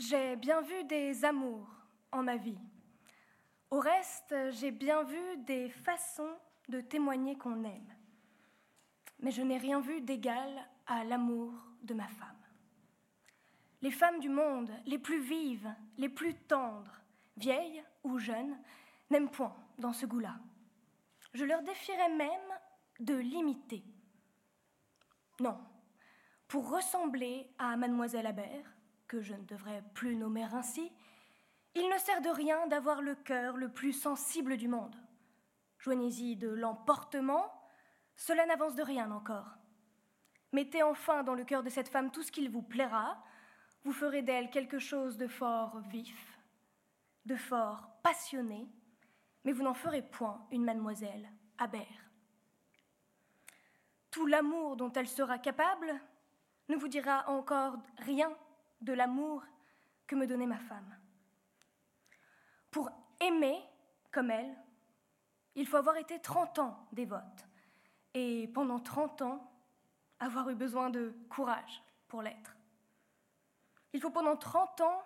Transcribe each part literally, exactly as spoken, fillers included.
J'ai bien vu des amours en ma vie. Au reste, j'ai bien vu des façons de témoigner qu'on aime. Mais je n'ai rien vu d'égal à l'amour de ma femme. Les femmes du monde, les plus vives, les plus tendres, vieilles ou jeunes, n'aiment point dans ce goût-là. Je leur défierais même de l'imiter. Non, pour ressembler à mademoiselle Habert, que je ne devrais plus nommer ainsi, il ne sert de rien d'avoir le cœur le plus sensible du monde. Joignez-y de l'emportement, cela n'avance de rien encore. Mettez enfin dans le cœur de cette femme tout ce qu'il vous plaira, vous ferez d'elle quelque chose de fort vif, de fort passionné, mais vous n'en ferez point une mademoiselle Habert. Tout l'amour dont elle sera capable ne vous dira encore rien de l'amour que me donnait ma femme. Pour aimer comme elle, il faut avoir été trente ans dévote, et pendant trente ans, avoir eu besoin de courage pour l'être. Il faut pendant trente ans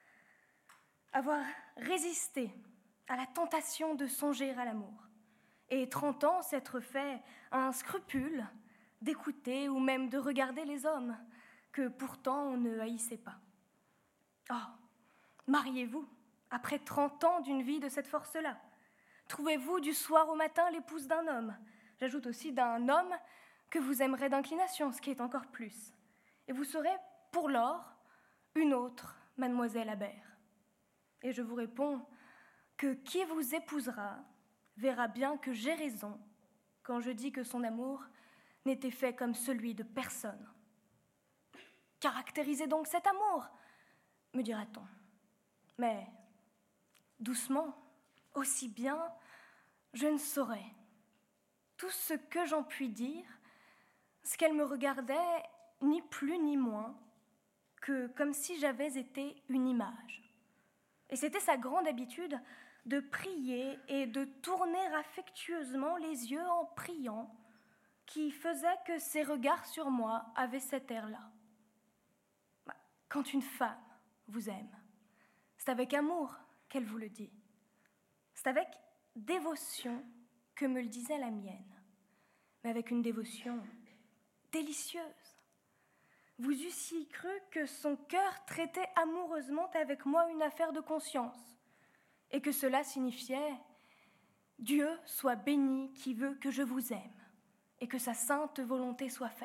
avoir résisté à la tentation de songer à l'amour, et trente ans s'être fait un scrupule d'écouter ou même de regarder les hommes que pourtant on ne haïssait pas. Oh, mariez-vous après trente ans d'une vie de cette force-là. Trouvez-vous du soir au matin l'épouse d'un homme, j'ajoute aussi d'un homme que vous aimerez d'inclination, ce qui est encore plus, et vous serez pour lors une autre mademoiselle Habert. Et je vous réponds que qui vous épousera verra bien que j'ai raison quand je dis que son amour n'était fait comme celui de personne. Caractérisez donc cet amour, me dira-t-on. Mais doucement, aussi bien, je ne saurais. Tout ce que j'en puis dire, c'est qu'elle me regardait ni plus ni moins que comme si j'avais été une image. Et c'était sa grande habitude de prier et de tourner affectueusement les yeux en priant, qui faisait que ses regards sur moi avaient cet air-là. Quand une femme vous aime, c'est avec amour qu'elle vous le dit. C'est avec dévotion que me le disait la mienne, mais avec une dévotion délicieuse. Vous eussiez cru que son cœur traitait amoureusement avec moi une affaire de conscience, et que cela signifiait « Dieu soit béni qui veut que je vous aime, et que sa sainte volonté soit faite. »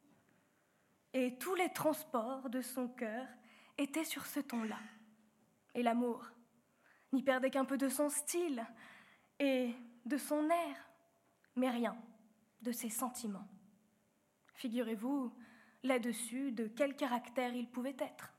Et tous les transports de son cœur étaient sur ce ton-là. Et l'amour n'y perdait qu'un peu de son style et de son air, mais rien de ses sentiments. Figurez-vous là-dessus de quel caractère il pouvait être.